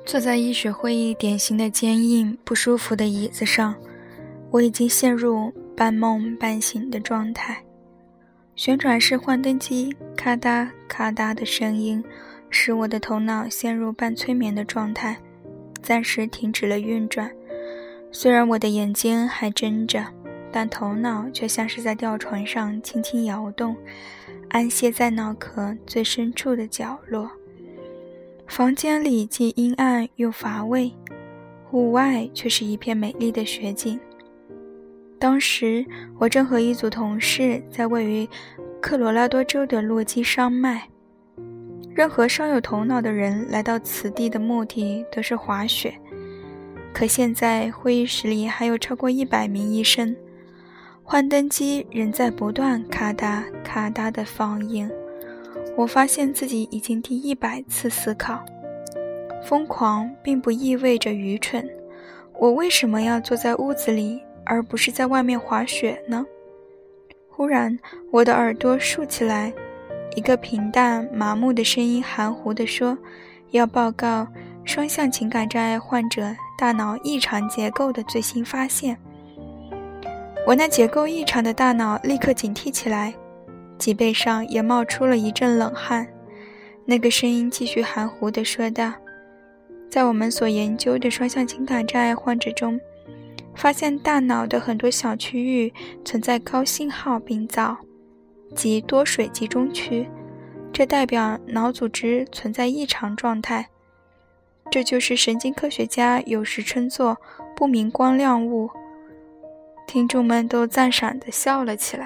坐在医学会议典型的坚硬不舒服的椅子上，我已经陷入半梦半醒的状态。旋转式幻灯机咔嗒咔嗒的声音使我的头脑陷入半催眠的状态，暂时停止了运转。虽然我的眼睛还睁着，但头脑却像是在吊床上轻轻摇动，安歇在脑壳最深处的角落。房间里既阴暗又乏味，户外却是一片美丽的雪景。当时我正和一组同事在位于科罗拉多州的洛基山脉。任何稍有头脑的人来到此地的目的都是滑雪，可现在会议室里还有超过100名医生，幻灯机仍在不断咔嗒咔嗒地放映。我发现自己已经第100次思考，疯狂并不意味着愚蠢。我为什么要坐在屋子里，而不是在外面滑雪呢？忽然，我的耳朵竖起来，一个平淡麻木的声音含糊地说，要报告双向情感障碍患者大脑异常结构的最新发现。我那结构异常的大脑立刻警惕起来，脊背上也冒出了一阵冷汗。那个声音继续含糊地说道，在我们所研究的双向情感障碍患者中，发现大脑的很多小区域存在高信号病灶，即多水集中区，这代表脑组织存在异常状态。这就是神经科学家有时称作不明光亮物。听众们都赞赏地笑了起来。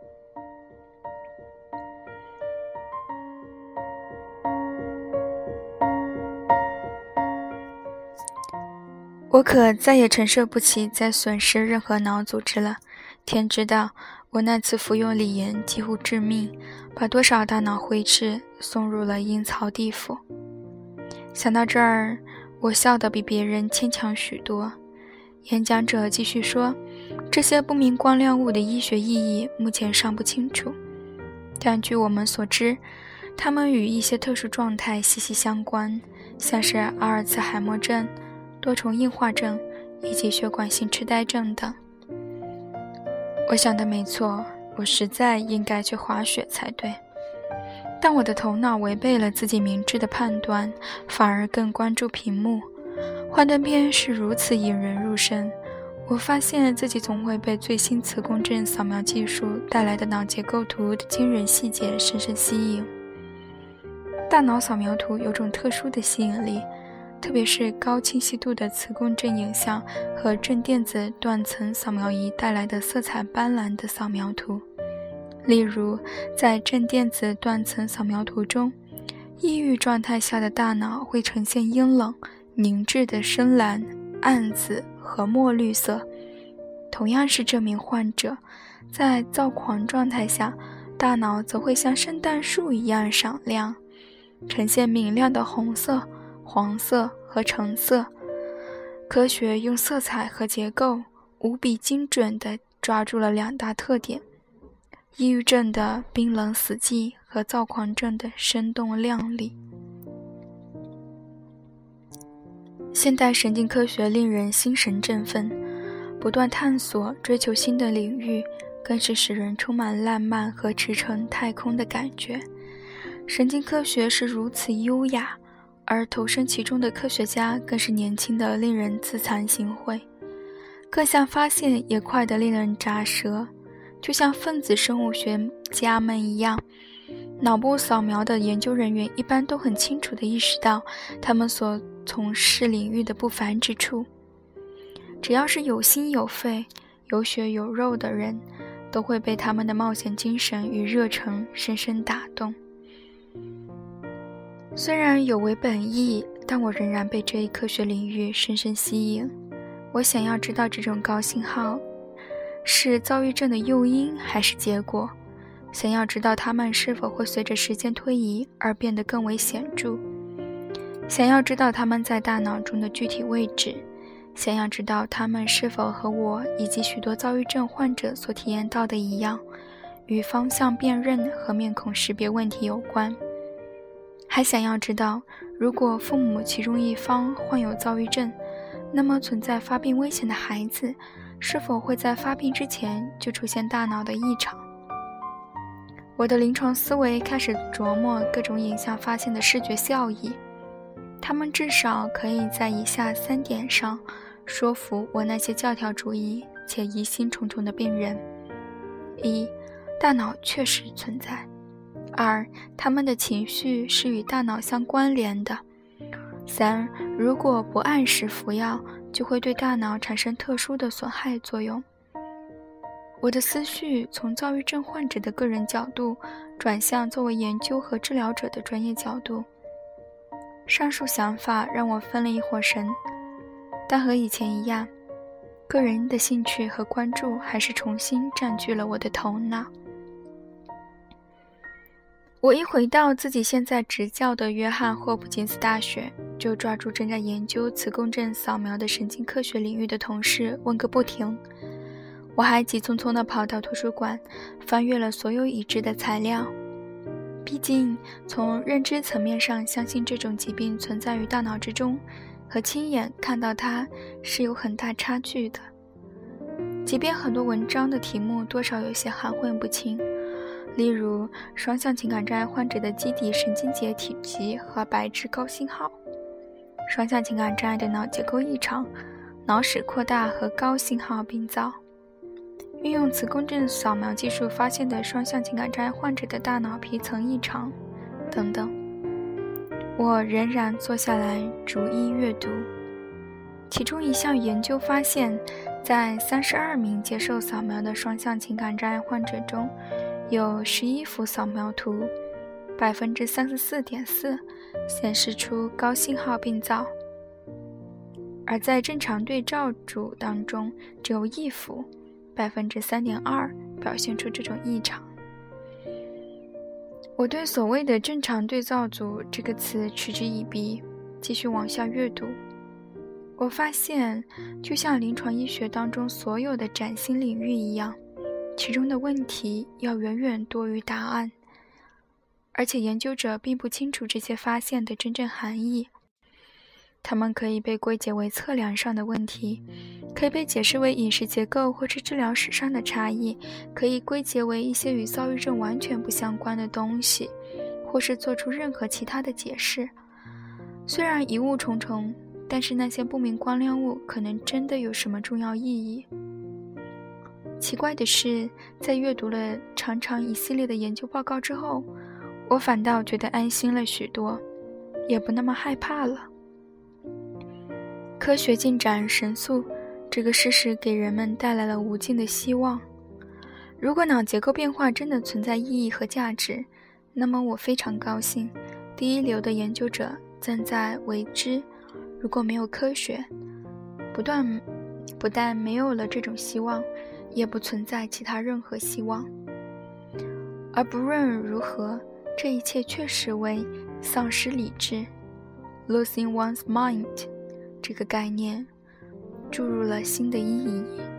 我可再也承受不起再损失任何脑组织了。天知道，我那次服用锂盐几乎致命，把多少大脑灰质送入了阴曹地府。想到这儿，我笑得比别人牵强许多。演讲者继续说，这些不明光亮物的医学意义目前尚不清楚，但据我们所知，它们与一些特殊状态息息相关，像是阿尔茨海默症、多重硬化症以及血管性痴呆症等。我想的没错，我实在应该去滑雪才对。但我的头脑违背了自己明智的判断，反而更关注屏幕。幻灯片是如此引人入胜，我发现自己总会被最新磁共振扫描技术带来的脑结构图的惊人细节深深吸引。大脑扫描图有种特殊的吸引力，特别是高清晰度的磁共振影像和正电子断层扫描仪带来的色彩斑斓的扫描图。例如，在正电子断层扫描图中，抑郁状态下的大脑会呈现阴冷、凝滞的深蓝、暗紫和墨绿色。同样是这名患者，在躁狂状态下，大脑则会像圣诞树一样闪亮，呈现明亮的红色、黄色和橙色。科学用色彩和结构无比精准地抓住了2大特点：抑郁症的冰冷死寂和躁狂症的生动亮丽。现代神经科学令人心神振奋，不断探索追求新的领域，更是使人充满浪漫和驰骋太空的感觉。神经科学是如此优雅，而投身其中的科学家更是年轻的令人自惭形秽。各项发现也快得令人咂舌，就像分子生物学家们一样，脑部扫描的研究人员一般都很清楚地意识到他们所从事领域的不凡之处。只要是有心有肺、有血有肉的人，都会被他们的冒险精神与热忱深深打动。虽然有违本意，但我仍然被这一科学领域深深吸引。我想要知道这种高信号是躁郁症的诱因还是结果，想要知道它们是否会随着时间推移而变得更为显著，想要知道它们在大脑中的具体位置，想要知道它们是否和我以及许多躁郁症患者所体验到的一样，与方向辨认和面孔识别问题有关。 还想要知道，如果父母其中一方患有躁郁症，那么存在发病危险的孩子是否会在发病之前就出现大脑的异常。我的临床思维开始琢磨各种影像发现的视觉效益，他们至少可以在以下3点上说服我那些教条主义且疑心重重的病人：一、大脑确实存在；二、他们的情绪是与大脑相关联的；三、如果不按时服药，就会对大脑产生特殊的损害作用。我的思绪从躁郁症患者的个人角度转向作为研究和治疗者的专业角度。上述想法让我分了一会儿神，但和以前一样，个人的兴趣和关注还是重新占据了我的头脑。我一回到自己现在执教的约翰霍普金斯大学，就抓住正在研究磁共振扫描的神经科学领域的同事问个不停。我还急匆匆地跑到图书馆，翻阅了所有已知的材料。毕竟从认知层面上相信这种疾病存在于大脑之中，和亲眼看到它是有很大差距的。即便很多文章的题目多少有些含混不清，例如双向情感障碍患者的基底神经节体积和白质高信号，双向情感障碍的脑结构异常、脑室扩大和高信号病灶，运用磁共振扫描技术发现的双向情感障碍患者的大脑皮层异常等等。我仍然坐下来逐一阅读。其中一项研究发现，在32名接受扫描的双向情感障碍患者中，有11幅扫描图 34.4% 显示出高信号病灶，而在正常对照组当中只有1幅 3.2% 表现出这种异常。我对所谓的正常对照组这个词嗤之以鼻，继续往下阅读。我发现就像临床医学当中所有的崭新领域一样，其中的问题要远远多于答案，而且研究者并不清楚这些发现的真正含义。它们可以被归结为测量上的问题，可以被解释为饮食结构或者治疗史上的差异，可以归结为一些与躁郁症完全不相关的东西，或是做出任何其他的解释。虽然疑雾重重，但是那些不明光亮物可能真的有什么重要意义。奇怪的是，在阅读了长长一系列的研究报告之后，我反倒觉得安心了许多，也不那么害怕了。科学进展神速，这个事实给人们带来了无尽的希望。如果脑结构变化真的存在意义和价值，那么我非常高兴，第一流的研究者正在为之。如果没有科学，不但没有了这种希望，也不存在其他任何希望。而不论如何，这一切确实为丧失理智 losing one's mind 这个概念注入了新的意义。